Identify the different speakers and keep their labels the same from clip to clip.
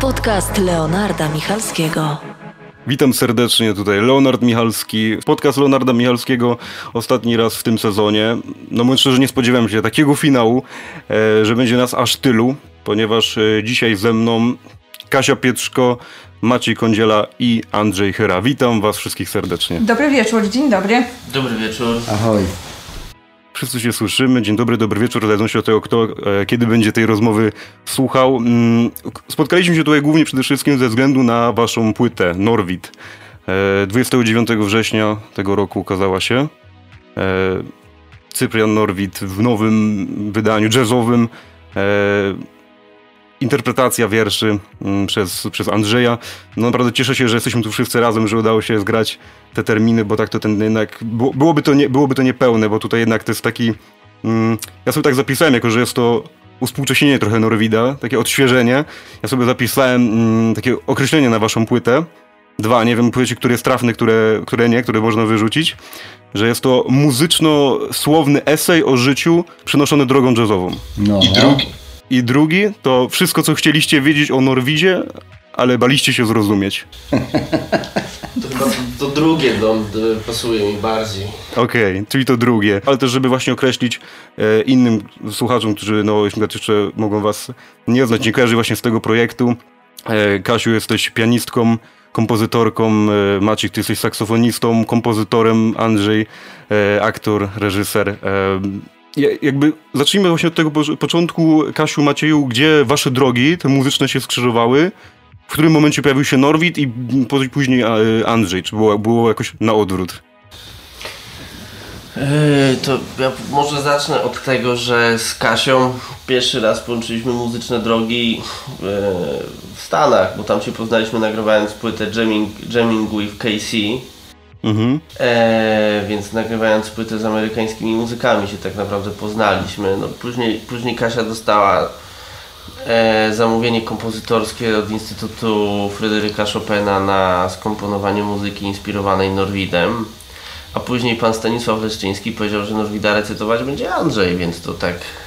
Speaker 1: Podcast Leonarda Michalskiego.
Speaker 2: Witam serdecznie, tutaj Leonard Michalski. Podcast Leonarda Michalskiego ostatni raz w tym sezonie. No mówiąc szczerze, nie spodziewałem się takiego finału, że będzie nas aż tylu, ponieważ dzisiaj ze mną Kasia Pietrzko, Maciej Kądziela i Andrzej Chyra. Witam was wszystkich serdecznie.
Speaker 3: Dobry wieczór, dzień dobry.
Speaker 4: Dobry wieczór.
Speaker 5: Ahoj.
Speaker 2: Wszyscy się słyszymy. Dzień dobry, dobry wieczór. Zależą się od tego, kto kiedy będzie tej rozmowy słuchał. Spotkaliśmy się tutaj głównie przede wszystkim ze względu na waszą płytę Norwid. 29 września tego roku ukazała się. Cyprian Norwid w nowym wydaniu jazzowym. Interpretacja wierszy przez Andrzeja. No naprawdę cieszę się, że jesteśmy tu wszyscy razem, że udało się zgrać te terminy, bo tak to ten jednak byłoby to niepełne, bo tutaj jednak to jest taki... ja sobie tak zapisałem, jako że jest to uspółcześnienie trochę Norwida, takie odświeżenie. Ja sobie zapisałem takie określenie na waszą płytę. Nie wiem, powiecie, które jest trafne, które nie, które można wyrzucić. Że jest to muzyczno-słowny esej o życiu przenoszony drogą jazzową.
Speaker 5: No.
Speaker 2: I drugi to wszystko, co chcieliście wiedzieć o Norwidzie, ale baliście się zrozumieć.
Speaker 4: To chyba to drugie pasuje mi bardziej.
Speaker 2: Okej, czyli to drugie. Ale też, żeby właśnie określić innym słuchaczom, którzy jeszcze mogą was nie znać, nie kojarzy właśnie z tego projektu. Kasiu, jesteś pianistką, kompozytorką, Maciej, ty jesteś saksofonistą, kompozytorem, Andrzej, aktor, reżyser. Jakby zacznijmy właśnie od tego początku, Kasiu, Macieju, gdzie wasze drogi, te muzyczne się skrzyżowały, w którym momencie pojawił się Norwid i później Andrzej, czy było jakoś na odwrót?
Speaker 4: To ja może zacznę od tego, że z Kasią pierwszy raz połączyliśmy muzyczne drogi w Stanach, bo tam się poznaliśmy nagrywając płytę Jamming with KC. Mhm. Więc nagrywając płytę z amerykańskimi muzykami się tak naprawdę poznaliśmy. No, później Kasia dostała zamówienie kompozytorskie od Instytutu Fryderyka Chopina na skomponowanie muzyki inspirowanej Norwidem. A później pan Stanisław Leszczyński powiedział, że Norwida recytować będzie Andrzej, więc to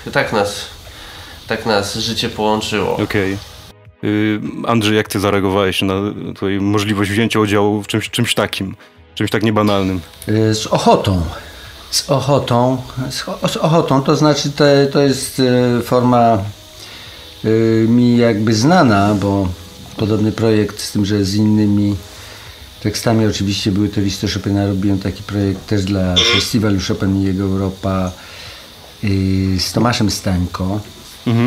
Speaker 4: tak nas życie połączyło.
Speaker 2: Okej. Andrzej, jak ty zareagowałeś na tutaj możliwość wzięcia udziału w czymś takim? Czymś tak niebanalnym.
Speaker 5: Z ochotą, to znaczy to jest forma mi jakby znana, bo podobny projekt, z tym, że z innymi tekstami oczywiście były te listy Chopina, robiłem taki projekt też dla festiwalu Chopin i jego Europa z Tomaszem Stańko. Mhm.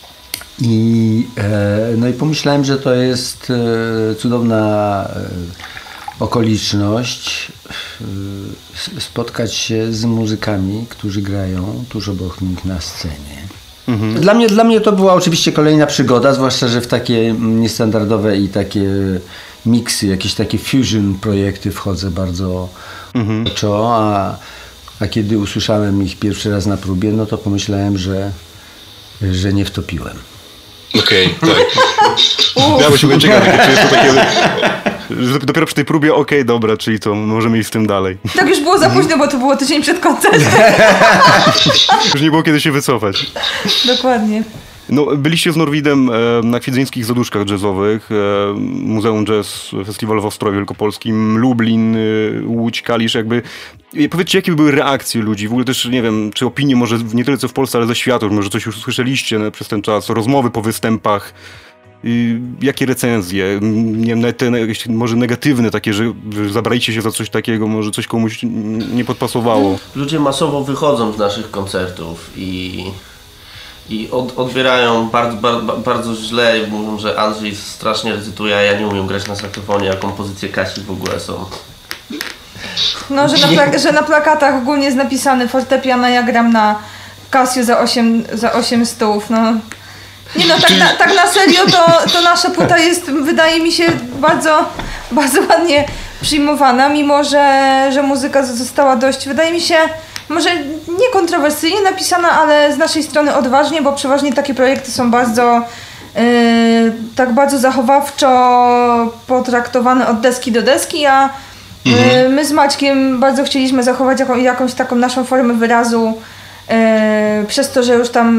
Speaker 5: No i pomyślałem, że to jest cudowna okoliczność spotkać się z muzykami, którzy grają tuż obok nich na scenie. Mhm. Dla mnie to była oczywiście kolejna przygoda, zwłaszcza, że w takie niestandardowe i takie miksy, jakieś takie fusion projekty wchodzę bardzo oczo, a kiedy usłyszałem ich pierwszy raz na próbie, no to pomyślałem, że nie wtopiłem.
Speaker 2: Okej, tak. Miałeś się ciekawe, czy jest to takie... Dopiero przy tej próbie, dobra, czyli to możemy iść z tym dalej.
Speaker 3: Tak już było za późno, bo to było tydzień przed koncertem.
Speaker 2: Już nie było kiedy się wycofać.
Speaker 3: Dokładnie.
Speaker 2: No, byliście z Norwidem na kwidzyńskich zaduszkach jazzowych, Muzeum Jazz, Festiwal w Ostrowie Wielkopolskim, Lublin, Łódź, Kalisz, jakby. Powiedzcie, jakie były reakcje ludzi? W ogóle też, nie wiem, czy opinie może nie tyle co w Polsce, ale ze świata, może coś już słyszeliście przez ten czas, rozmowy po występach. Jakie recenzje? Nie wiem, nawet te może negatywne takie, że zabraliście się za coś takiego, może coś komuś nie podpasowało.
Speaker 4: Ludzie masowo wychodzą z naszych koncertów i odbierają bardzo źle i mówią, że Andrzej strasznie recytuje, a ja nie umiem grać na saksofonie, a kompozycje Kasi w ogóle są...
Speaker 3: No, że na plakatach ogólnie jest napisane fortepiana, ja gram na Casio za 8 stów, no. Nie no, tak na serio to nasza płyta jest, wydaje mi się, bardzo, bardzo ładnie przyjmowana, mimo że muzyka została dość, wydaje mi się, może nie kontrowersyjnie napisana, ale z naszej strony odważnie, bo przeważnie takie projekty są bardzo bardzo zachowawczo potraktowane od deski do deski, a my z Maćkiem bardzo chcieliśmy zachować jakąś taką naszą formę wyrazu, przez to, że już tam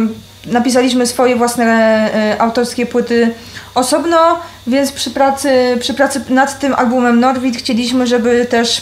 Speaker 3: napisaliśmy swoje własne autorskie płyty osobno, więc przy pracy nad tym albumem Norwid chcieliśmy, żeby też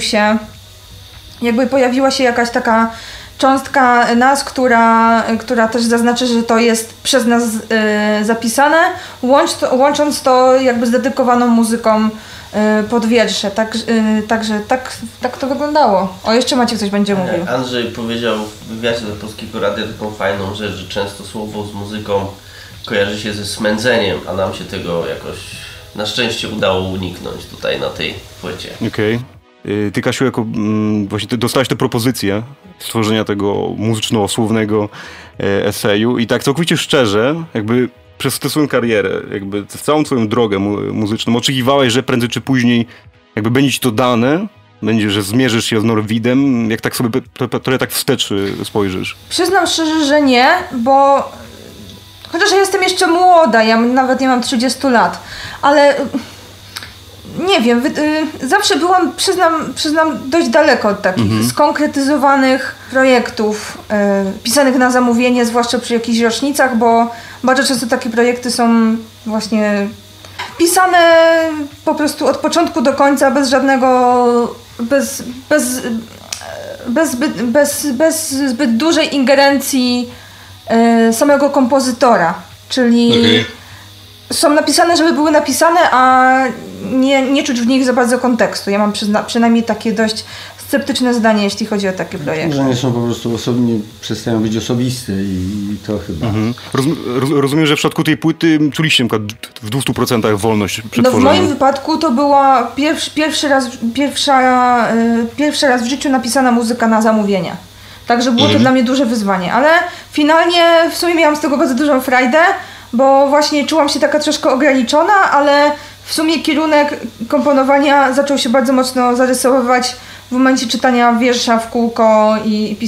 Speaker 3: pojawiła się jakaś taka cząstka nas, która też zaznaczy, że to jest przez nas zapisane, łącząc to jakby z dedykowaną muzyką pod wiersze. Także tak to wyglądało. O, jeszcze Maciek coś będzie mówił.
Speaker 4: Andrzej powiedział w wywiadzie do Polskiego Radia taką fajną rzecz, że często słowo z muzyką kojarzy się ze smędzeniem, a nam się tego jakoś na szczęście udało uniknąć tutaj na tej płycie.
Speaker 2: Okej. Ty, Kasiu, jako właśnie ty dostałeś tę propozycję stworzenia tego muzyczno-słownego eseju i tak całkowicie szczerze, jakby przez tę swoją karierę, jakby w całą twoją drogę muzyczną oczekiwałeś, że prędzej czy później jakby będzie ci to dane, będzie, że zmierzysz się z Norwidem, jak tak sobie trochę tak wstecz spojrzysz?
Speaker 3: Przyznam szczerze, że nie, bo chociaż ja jestem jeszcze młoda, ja nawet nie mam 30 lat, ale nie wiem, zawsze byłam, przyznam, dość daleko od takich skonkretyzowanych projektów pisanych na zamówienie, zwłaszcza przy jakichś rocznicach, bo bardzo często takie projekty są właśnie pisane po prostu od początku do końca, bez żadnego, bez zbyt dużej ingerencji samego kompozytora, czyli są napisane, żeby były napisane, a nie czuć w nich za bardzo kontekstu. Ja mam przynajmniej takie dość sceptyczne zdanie, jeśli chodzi o takie projekty.
Speaker 5: Że nie są po prostu osobnie, przestają być osobiste i to chyba.
Speaker 2: Rozumiem, że w przypadku tej płyty czuliście na przykład w 200% wolność przy
Speaker 3: No w
Speaker 2: tworzeniu.
Speaker 3: moim wypadku to była pierwszy raz w życiu napisana muzyka na zamówienie. Także było to dla mnie duże wyzwanie, ale finalnie w sumie miałam z tego bardzo dużą frajdę, bo właśnie czułam się taka troszkę ograniczona, ale w sumie kierunek komponowania zaczął się bardzo mocno zarysowywać w momencie czytania wiersza w kółko i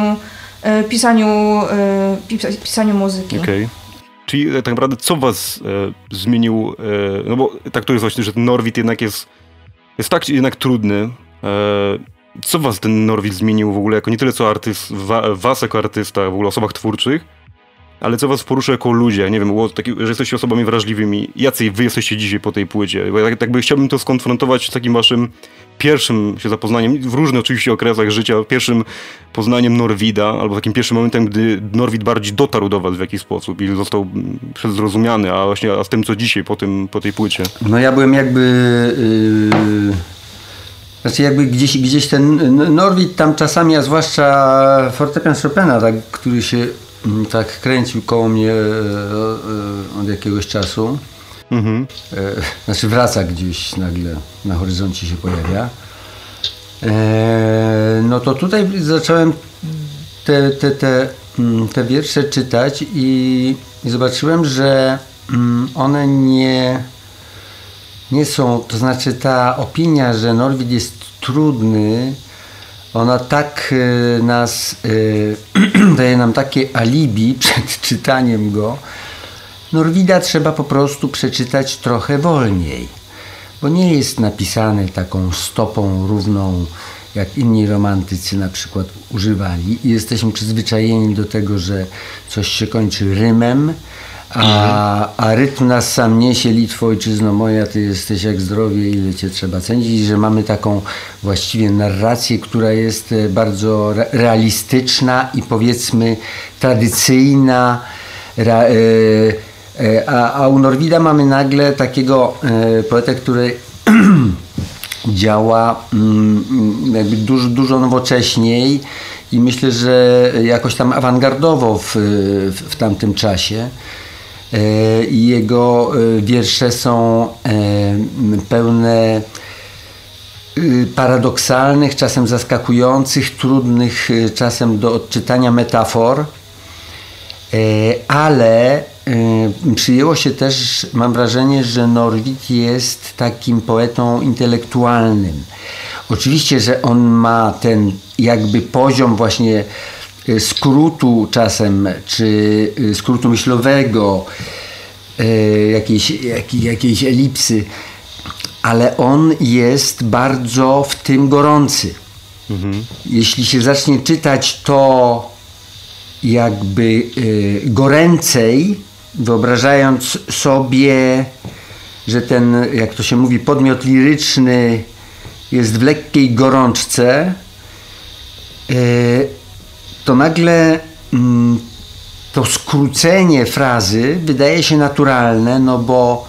Speaker 3: pisaniu muzyki.
Speaker 2: Okej. Czyli tak naprawdę co was zmienił, no bo tak to jest właśnie, że ten Norwid jednak jest tak jednak trudny. Co was ten Norwid zmienił w ogóle, jako nie tyle co was jako artysta, w ogóle osobach twórczych, ale co was porusza jako ludzie? Nie wiem, że jesteście osobami wrażliwymi. Jacy wy jesteście dzisiaj po tej płycie? Bo ja tak by chciałbym to skonfrontować z takim waszym pierwszym się zapoznaniem, w różnych oczywiście okresach życia, pierwszym poznaniem Norwida, albo takim pierwszym momentem, gdy Norwid bardziej dotarł do was w jakiś sposób i został zrozumiany, a z tym, co dzisiaj po tej płycie.
Speaker 5: No ja byłem jakby gdzieś ten Norwid tam czasami, a zwłaszcza fortepian Chopina, tak, który się tak kręcił koło mnie od jakiegoś czasu. Znaczy wraca gdzieś nagle, na horyzoncie się pojawia. No to tutaj zacząłem te wiersze czytać i zobaczyłem, że one nie są, to znaczy ta opinia, że Norwid jest trudny, ona tak daje nam takie alibi przed czytaniem go. Norwida trzeba po prostu przeczytać trochę wolniej, bo nie jest napisany taką stopą równą, jak inni romantycy na przykład używali. I jesteśmy przyzwyczajeni do tego, że coś się kończy rymem, a rytm nas sam niesie. Litwo, ojczyzno moja, ty jesteś jak zdrowie, ile cię trzeba cenić. I że mamy taką właściwie narrację, która jest bardzo realistyczna i powiedzmy tradycyjna. A u Norwida mamy nagle takiego poetę, który działa jakby dużo nowocześniej i myślę, że jakoś tam awangardowo w tamtym czasie. I jego wiersze są pełne paradoksalnych, czasem zaskakujących, trudnych czasem do odczytania metafor, ale przyjęło się też, mam wrażenie, że Norwid jest takim poetą intelektualnym. Oczywiście, że on ma ten jakby poziom właśnie skrótu czasem, czy skrótu myślowego, jakiejś elipsy, ale on jest bardzo w tym gorący. Jeśli się zacznie czytać to jakby goręcej, wyobrażając sobie, że ten, jak to się mówi, podmiot liryczny jest w lekkiej gorączce, to nagle to skrócenie frazy wydaje się naturalne, no bo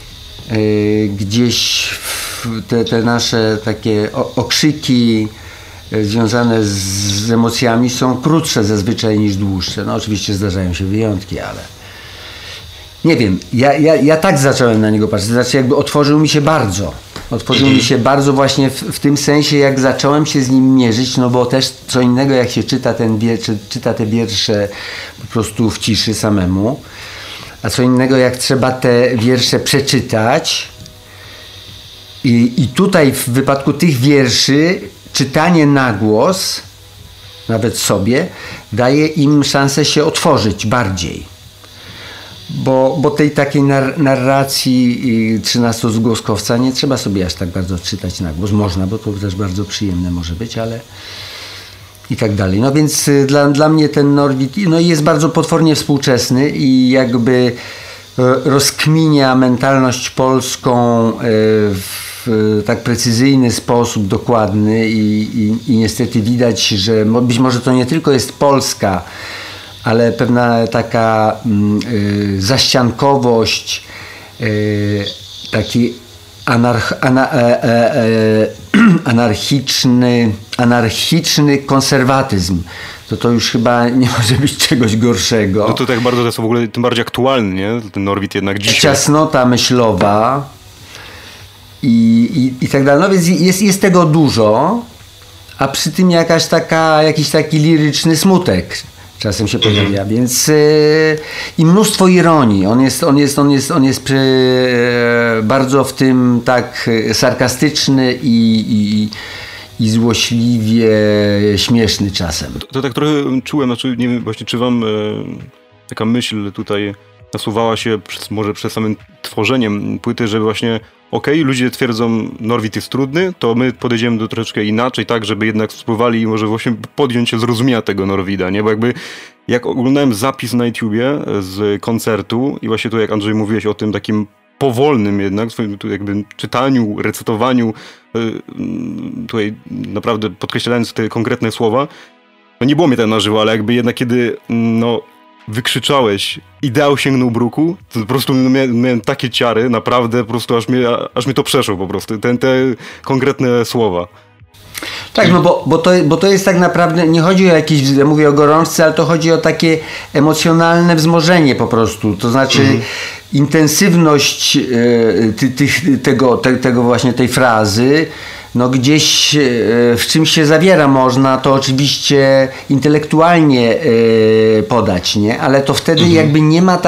Speaker 5: gdzieś te nasze takie okrzyki związane z emocjami są krótsze zazwyczaj niż dłuższe. No oczywiście zdarzają się wyjątki, ale nie wiem, ja tak zacząłem na niego patrzeć, znaczy jakby otworzył mi się bardzo właśnie w tym sensie, jak zacząłem się z nim mierzyć, no bo też co innego jak się czyta te wiersze po prostu w ciszy samemu, a co innego jak trzeba te wiersze przeczytać i tutaj w wypadku tych wierszy czytanie na głos, nawet sobie, daje im szansę się otworzyć bardziej. Bo tej takiej narracji 13-zgłoskowca nie trzeba sobie aż tak bardzo czytać na głos. Można, bo to też bardzo przyjemne może być, ale i tak dalej. No więc dla mnie ten Norwid jest bardzo potwornie współczesny i jakby rozkminia mentalność polską w tak precyzyjny sposób, dokładny i niestety widać, że być może to nie tylko jest Polska, ale pewna taka zaściankowość, taki anarchiczny konserwatyzm. To już chyba nie może być czegoś gorszego.
Speaker 2: No to tak bardzo to jest w ogóle tym bardziej aktualny, nie? Ten Norwid jednak dzisiaj.
Speaker 5: Ciasnota myślowa i tak dalej. No więc jest tego dużo, a przy tym jakiś taki liryczny smutek czasem się pojawia, więc i mnóstwo ironii. On jest bardzo w tym tak sarkastyczny i złośliwie śmieszny czasem.
Speaker 2: To tak trochę czułem, znaczy nie wiem właśnie, czy wam taka myśl tutaj nasuwała się może przed samym tworzeniem płyty, że właśnie ludzie twierdzą, Norwid jest trudny, to my podejdziemy do troszeczkę inaczej, tak, żeby jednak spróbowali może właśnie podjąć się zrozumienia tego Norwida, nie? Bo jakby jak oglądałem zapis na YouTubie z koncertu i właśnie tu jak Andrzej mówiłeś o tym takim powolnym jednak, swoim tu jakby czytaniu, recytowaniu, tutaj naprawdę podkreślając te konkretne słowa, no nie było mnie tam na żywo, ale jakby jednak kiedy wykrzyczałeś ideał sięgnął bruku, to po prostu miałem takie ciary, naprawdę po prostu aż mnie to przeszło po prostu, te konkretne słowa.
Speaker 5: Tak, no bo to jest tak naprawdę, nie chodzi o jakieś, ja mówię o gorączce, ale to chodzi o takie emocjonalne wzmożenie po prostu, to znaczy intensywność tego właśnie tej frazy, no gdzieś w czymś się zawiera, można to oczywiście intelektualnie podać, nie? Ale to wtedy jakby nie ma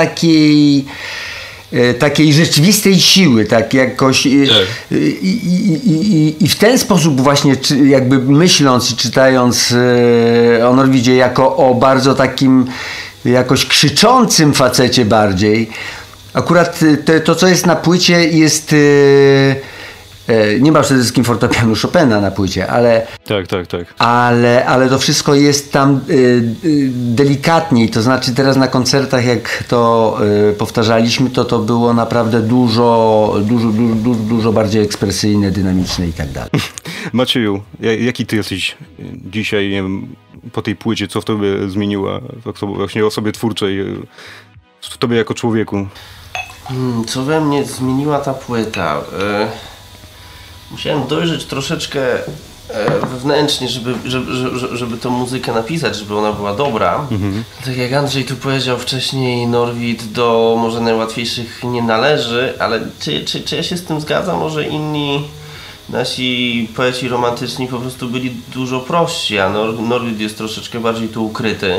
Speaker 5: takiej rzeczywistej siły, tak jakoś i w ten sposób właśnie jakby myśląc i czytając o Norwidzie jako o bardzo takim jakoś krzyczącym facecie bardziej, akurat to co jest na płycie jest nie ma przede wszystkim fortepianu Chopina na płycie, ale
Speaker 2: tak.
Speaker 5: Ale to wszystko jest tam delikatniej, to znaczy teraz na koncertach jak to powtarzaliśmy, to było naprawdę dużo bardziej ekspresyjne, dynamiczne i tak dalej.
Speaker 2: Macieju, jaki ty jesteś dzisiaj, nie wiem, po tej płycie, co w tobie zmieniła właśnie osobie twórczej, w tobie jako człowieku?
Speaker 4: Co we mnie zmieniła ta płyta? Musiałem dojrzeć troszeczkę wewnętrznie, żeby tą muzykę napisać, żeby ona była dobra. Tak jak Andrzej tu powiedział wcześniej, Norwid do może najłatwiejszych nie należy, ale czy ja się z tym zgadzam? Może inni nasi poeci romantyczni po prostu byli dużo prości, a Norwid jest troszeczkę bardziej tu ukryty.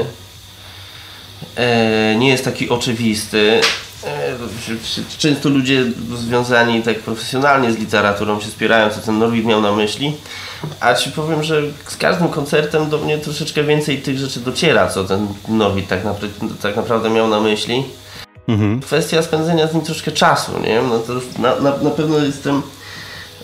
Speaker 4: Nie jest taki oczywisty. Często ludzie związani tak profesjonalnie z literaturą się spierają, co ten Norwid miał na myśli, a ci powiem, że z każdym koncertem do mnie troszeczkę więcej tych rzeczy dociera, co ten Norwid tak naprawdę miał na myśli. Kwestia spędzenia z nim troszkę czasu, nie? No to na pewno jestem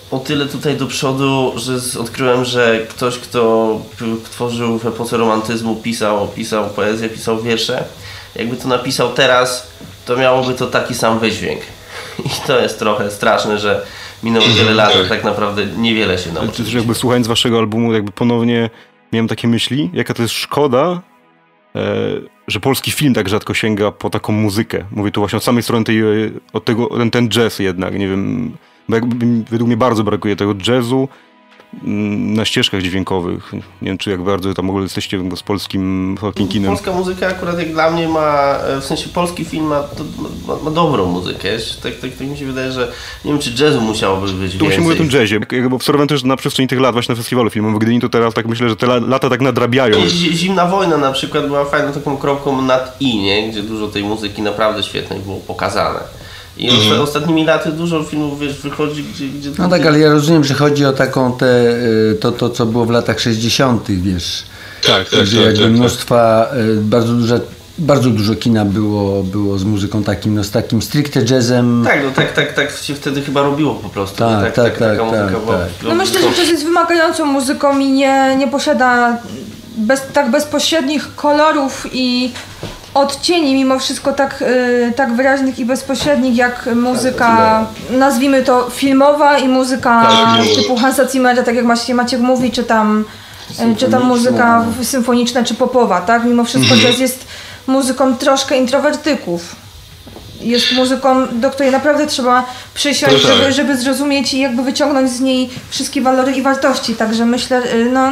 Speaker 4: o tyle tutaj do przodu, że odkryłem, że ktoś, kto tworzył w epoce romantyzmu, pisał poezję, pisał wiersze, jakby to napisał teraz, to miałoby to taki sam wydźwięk. I to jest trochę straszne, że minęło wiele lat, a tak naprawdę niewiele się nauczyłem.
Speaker 2: Jakby słuchając waszego albumu, jakby ponownie miałem takie myśli, jaka to jest szkoda, że polski film tak rzadko sięga po taką muzykę. Mówię tu właśnie od samej strony ten jazz jednak, nie wiem, bo jakby według mnie bardzo brakuje tego jazzu na ścieżkach dźwiękowych. Nie wiem, czy jak bardzo tam w ogóle jesteście z polskim kinem.
Speaker 4: Polska muzyka akurat jak dla mnie ma, w sensie polski film ma dobrą muzykę. Tak mi się wydaje, że nie wiem, czy jazzu musiałoby być więcej.
Speaker 2: Tu właśnie mówię o tym jazzie. Jakby obserwowałem też na przestrzeni tych lat właśnie na festiwalu filmowym w Gdyni, to teraz tak myślę, że te lata tak nadrabiają.
Speaker 4: Zimna wojna na przykład była fajną taką kropką nad i, nie? Gdzie dużo tej muzyki naprawdę świetnej było pokazane. I ostatnimi laty dużo filmów, wychodzi, gdzie...
Speaker 5: No tak, ale ja rozumiem, że chodzi o taką to co było w latach 60., wiesz.
Speaker 2: Tak,
Speaker 5: gdzie jakby mnóstwa, bardzo dużo kina było z muzyką z takim stricte jazzem.
Speaker 4: Tak się wtedy chyba robiło po prostu.
Speaker 5: Taka
Speaker 4: muzyka była.
Speaker 3: No myślę, że jazz jest wymagającą muzyką i nie posiada tak bezpośrednich kolorów i odcieni mimo wszystko tak wyraźnych i bezpośrednich jak muzyka, nazwijmy to filmowa i muzyka typu Hansa Zimmera, tak jak Maciek mówi, czy tam muzyka symfoniczna czy popowa, tak? Mimo wszystko jazz jest muzyką troszkę introwertyków. Jest muzyką, do której naprawdę trzeba przysiąść, żeby zrozumieć i jakby wyciągnąć z niej wszystkie walory i wartości. Także myślę,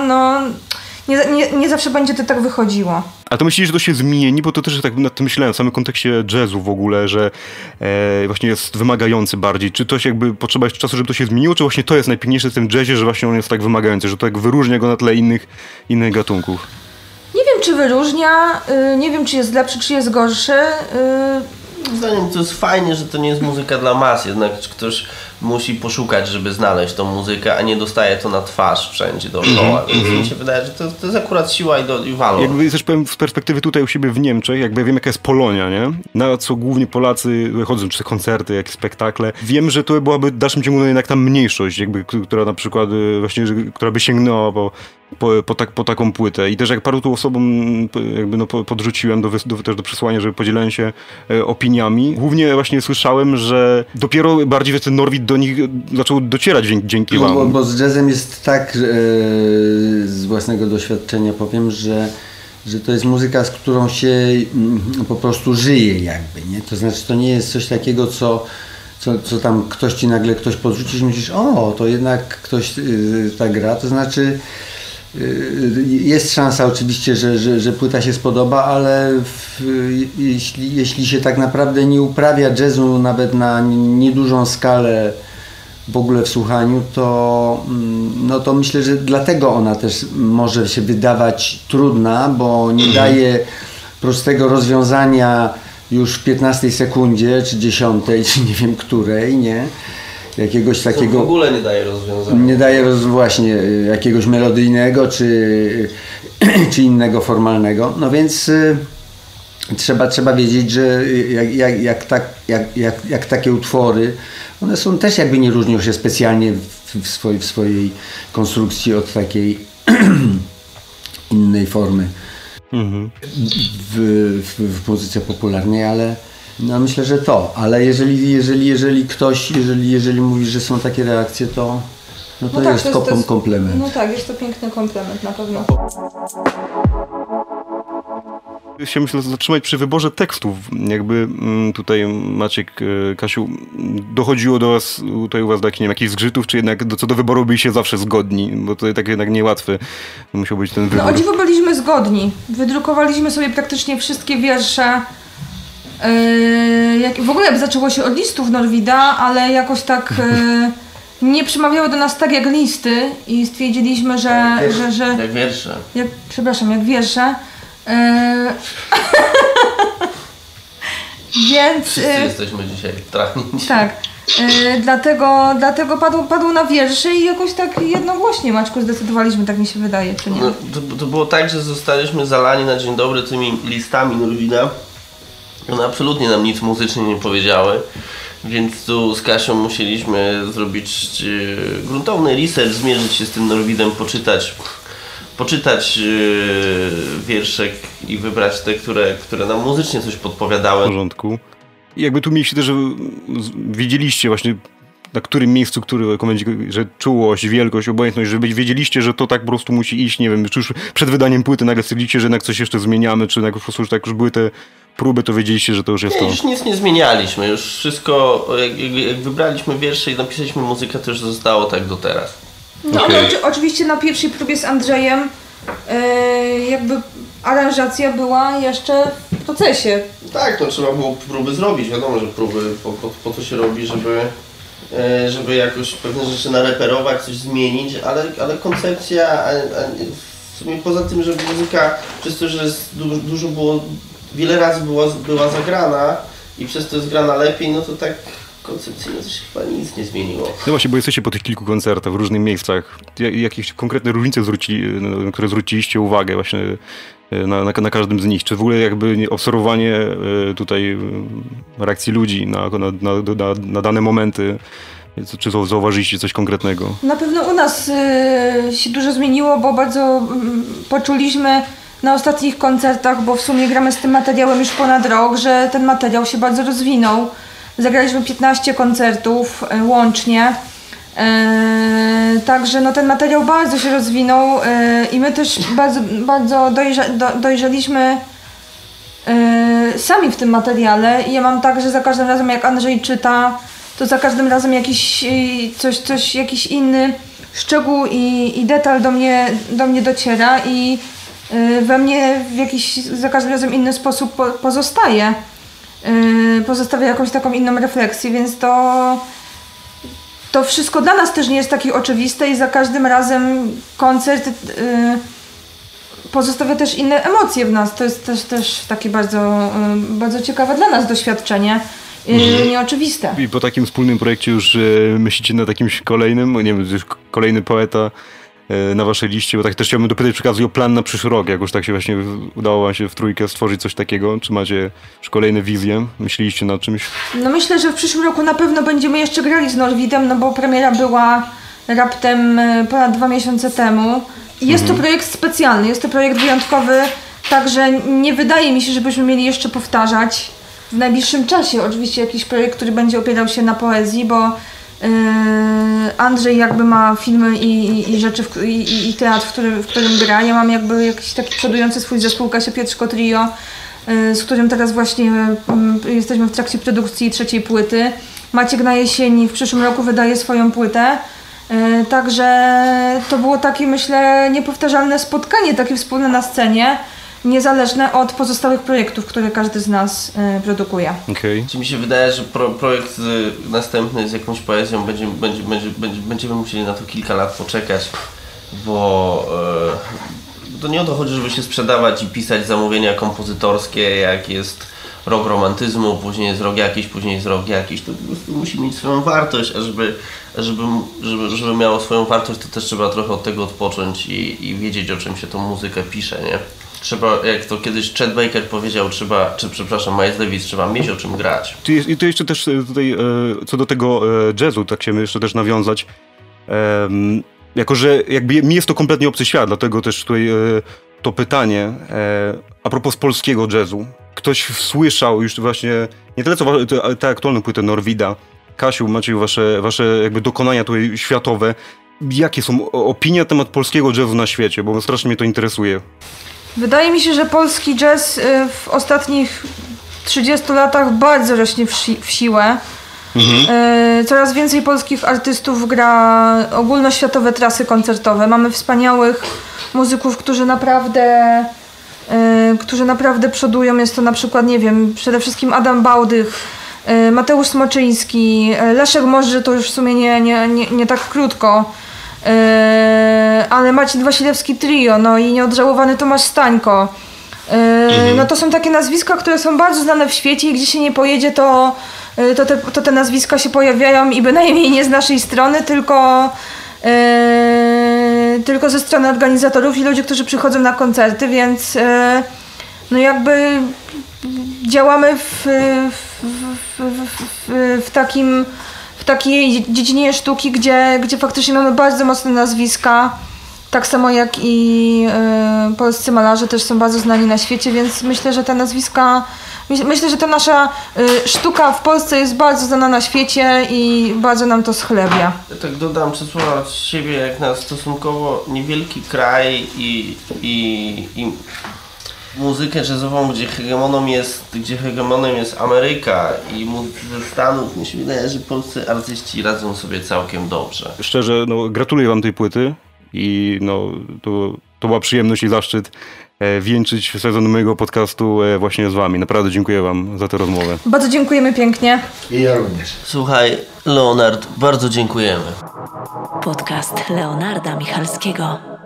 Speaker 3: nie zawsze będzie to tak wychodziło.
Speaker 2: A to myślisz, że to się zmieni? Bo to też tak nad tym myślałem w samym kontekście jazzu w ogóle, że właśnie jest wymagający bardziej. Czy to się jakby potrzeba jeszcze czasu, żeby to się zmieniło, czy właśnie to jest najpiękniejsze w tym jazzie, że właśnie on jest tak wymagający, że to tak wyróżnia go na tle innych gatunków?
Speaker 3: Nie wiem, czy wyróżnia, nie wiem, czy jest lepszy, czy jest gorszy.
Speaker 4: Moim zdaniem to jest fajnie, że to nie jest muzyka dla mas, jednak ktoś musi poszukać, żeby znaleźć tą muzykę, a nie dostaje to na twarz wszędzie dookoła. Więc mi się wydaje, że to jest akurat siła i walor.
Speaker 2: Jakby też powiem z perspektywy tutaj u siebie w Niemczech, jakby ja wiem jaka jest Polonia, nie? Na co głównie Polacy chodzą, czy koncerty, jakieś spektakle. Wiem, że to byłaby w dalszym ciągu jednak tam mniejszość, jakby, która na przykład właśnie, która by sięgnęła po taką płytę. I też jak paru tu osobom jakby podrzuciłem też do przesłania, żeby podzielali się opiniami. Głównie właśnie słyszałem, że dopiero bardziej ten Norwid do nich zaczął docierać dzięki wam.
Speaker 5: Bo z jazzem jest tak, z własnego doświadczenia powiem, że to jest muzyka, z którą się po prostu żyje jakby, nie? To znaczy to nie jest coś takiego, co tam nagle ktoś podrzuci i myślisz, to jednak ktoś tak gra, to znaczy jest szansa oczywiście, że płyta się spodoba, ale jeśli się tak naprawdę nie uprawia jazzu nawet na niedużą skalę w ogóle w słuchaniu, to myślę, że dlatego ona też może się wydawać trudna, bo nie daje prostego rozwiązania już w 15 sekundzie, czy 10, czy nie wiem której, nie? Jakiegoś takiego...
Speaker 4: w ogóle nie daje rozwiązania.
Speaker 5: Nie daje właśnie jakiegoś melodyjnego, czy innego formalnego. No więc trzeba wiedzieć, że jak takie utwory, one są też jakby nie różnią się specjalnie w swojej konstrukcji od takiej innej formy w muzyce popularnej, ale no myślę, że ale jeżeli ktoś mówi, że są takie reakcje, to jest komplement.
Speaker 3: No tak, jest to piękny komplement na pewno.
Speaker 2: Się myślę zatrzymać przy wyborze tekstów. Jakby tutaj Maciek, Kasiu, dochodziło do was, tutaj u was do jakichś zgrzytów, czy jednak co do wyboru byliście zawsze zgodni? Bo to tak jednak niełatwy musiał być ten wybór.
Speaker 3: No o dziwo byliśmy zgodni. Wydrukowaliśmy sobie praktycznie wszystkie wiersze. W ogóle zaczęło się od listów Norwida, ale jakoś tak nie przemawiały do nas tak jak listy i stwierdziliśmy, że
Speaker 4: jak wiersze.
Speaker 3: Jak wiersze. Więc...
Speaker 4: Wszyscy jesteśmy dzisiaj trafnięci.
Speaker 3: Tak. Dlatego padł na wierszy i jakoś tak jednogłośnie, Maćku, zdecydowaliśmy, tak mi się wydaje, czy nie?
Speaker 4: No, to było tak, że zostaliśmy zalani na dzień dobry tymi listami Norwida. One absolutnie nam nic muzycznie nie powiedziały. Więc tu z Kasią musieliśmy zrobić gruntowny research, zmierzyć się z tym Norwidem, poczytać wierszek i wybrać te, które nam muzycznie coś podpowiadały.
Speaker 2: W porządku. I jakby tu mieliście też, że wiedzieliście właśnie na którym miejscu, że czułość, wielkość, obojętność, żeby wiedzieliście, że to tak po prostu musi iść, nie wiem, czy już przed wydaniem płyty nagle stwierdziliście, że jednak coś jeszcze zmieniamy, czy jednak po prostu już tak już były te próby, to wiedzieliście, że to już jest
Speaker 4: nie,
Speaker 2: to.
Speaker 4: Już nic nie zmienialiśmy, już wszystko, jak wybraliśmy wiersze i napisaliśmy muzykę, to już zostało tak do teraz.
Speaker 3: No, oczywiście na pierwszej próbie z Andrzejem jakby aranżacja była jeszcze w procesie.
Speaker 4: Tak, to trzeba było próby zrobić, wiadomo, że próby po to się robi, żeby jakoś pewne rzeczy nareperować, coś zmienić, ale koncepcja, w sumie poza tym, że muzyka, przez to, że dużo było, wiele razy była zagrana i przez to jest grana lepiej, no to tak koncepcyjnie to się chyba nic nie zmieniło.
Speaker 2: No właśnie, bo jesteście po tych kilku koncertach w różnych miejscach. Jakieś konkretne różnice, na które zwróciliście uwagę właśnie na każdym z nich? Czy w ogóle jakby obserwowanie tutaj reakcji ludzi na dane momenty? Czy zauważyliście coś konkretnego?
Speaker 3: Na pewno u nas się dużo zmieniło, bo bardzo poczuliśmy na ostatnich koncertach, bo w sumie gramy z tym materiałem już ponad rok, że ten materiał się bardzo rozwinął. Zagraliśmy 15 koncertów łącznie. Także no, ten materiał bardzo się rozwinął i my też bardzo dojrzeliśmy sami w tym materiale. I ja mam tak, że za każdym razem jak Andrzej czyta, to za każdym razem jakiś inny szczegół i detal do mnie dociera i we mnie w jakiś za każdym razem inny sposób pozostaje. Pozostawia jakąś taką inną refleksję, więc to wszystko dla nas też nie jest takie oczywiste i za każdym razem koncert pozostawia też inne emocje w nas. To jest też takie bardzo ciekawe dla nas doświadczenie. Nieoczywiste.
Speaker 2: I po takim wspólnym projekcie już myślicie nad jakimś kolejnym, nie wiem, już kolejny poeta na waszej liście, bo tak też chciałbym dopytać przy okazji o plan na przyszły rok, jak już tak się właśnie udało wam się w trójkę stworzyć coś takiego, czy macie już kolejne wizje, myśleliście nad czymś?
Speaker 3: No myślę, że w przyszłym roku na pewno będziemy jeszcze grali z Norwidem, no bo premiera była raptem ponad 2 miesiące temu. Jest to projekt specjalny, jest to projekt wyjątkowy, także nie wydaje mi się, żebyśmy mieli jeszcze powtarzać w najbliższym czasie oczywiście jakiś projekt, który będzie opierał się na poezji, bo Andrzej jakby ma filmy i rzeczy i teatr, w którym gra. Ja mam jakby jakiś taki przodujący swój zespół Kasia Pietrzko Trio, z którym teraz właśnie jesteśmy w trakcie produkcji 3. płyty. Maciek na jesieni w przyszłym roku wydaje swoją płytę. Także to było takie, myślę, niepowtarzalne spotkanie, takie wspólne na scenie, niezależne od pozostałych projektów, które każdy z nas produkuje.
Speaker 2: Okay.
Speaker 4: Czy mi się wydaje, że projekt następny z jakąś poezją będziemy musieli na to kilka lat poczekać, bo to nie o to chodzi, żeby się sprzedawać i pisać zamówienia kompozytorskie, jak jest rok romantyzmu, później jest rok jakiś, później jest rok jakiś. To po prostu musi mieć swoją wartość, a żeby miało swoją wartość, to też trzeba trochę od tego odpocząć i wiedzieć, o czym się tą muzykę pisze, nie? Trzeba, jak to kiedyś Chet Baker powiedział, Miles Davis, trzeba mieć o czym grać.
Speaker 2: I to jeszcze też tutaj co do tego jazzu, tak się jeszcze też nawiązać. Jako, że jakby mi jest to kompletnie obcy świat, dlatego też tutaj to pytanie a propos polskiego jazzu. Ktoś słyszał już właśnie, nie tyle co tę aktualną płytę Norwida. Kasiu, Macieju, wasze jakby dokonania tutaj światowe. Jakie są opinie na temat polskiego jazzu na świecie? Bo strasznie mnie to interesuje.
Speaker 3: Wydaje mi się, że polski jazz w ostatnich 30 latach bardzo rośnie w siłę. Coraz więcej polskich artystów gra ogólnoświatowe trasy koncertowe. Mamy wspaniałych muzyków, którzy naprawdę przodują. Jest to na przykład, nie wiem, przede wszystkim Adam Bałdych, Mateusz Smoczyński, Leszek Możdżer to już w sumie nie tak krótko. Ale Marcin Wasilewski Trio, no i nieodżałowany Tomasz Stańko. No to są takie nazwiska, które są bardzo znane w świecie i gdzie się nie pojedzie, to te nazwiska się pojawiają i bynajmniej nie z naszej strony, tylko ze strony organizatorów i ludzi, którzy przychodzą na koncerty, więc no jakby działamy w w takiej dziedzinie sztuki, gdzie faktycznie mamy bardzo mocne nazwiska. Tak samo jak i polscy malarze też są bardzo znani na świecie, więc myślę, że te nazwiska, myślę, że ta nasza sztuka w Polsce jest bardzo znana na świecie i bardzo nam to schlebia.
Speaker 4: Ja tak dodam 3 słowa od siebie, jak na stosunkowo niewielki kraj i muzykę jazzową, gdzie hegemonem jest Ameryka i muzycy ze Stanów, mi się wydaje, że polscy artyści radzą sobie całkiem dobrze.
Speaker 2: Szczerze, gratuluję wam tej płyty i to była przyjemność i zaszczyt wieńczyć sezon mojego podcastu właśnie z wami. Naprawdę dziękuję wam za tę rozmowę.
Speaker 3: Bardzo dziękujemy pięknie.
Speaker 5: I ja również.
Speaker 4: Słuchaj, Leonard, bardzo dziękujemy.
Speaker 1: Podcast Leonarda Michalskiego.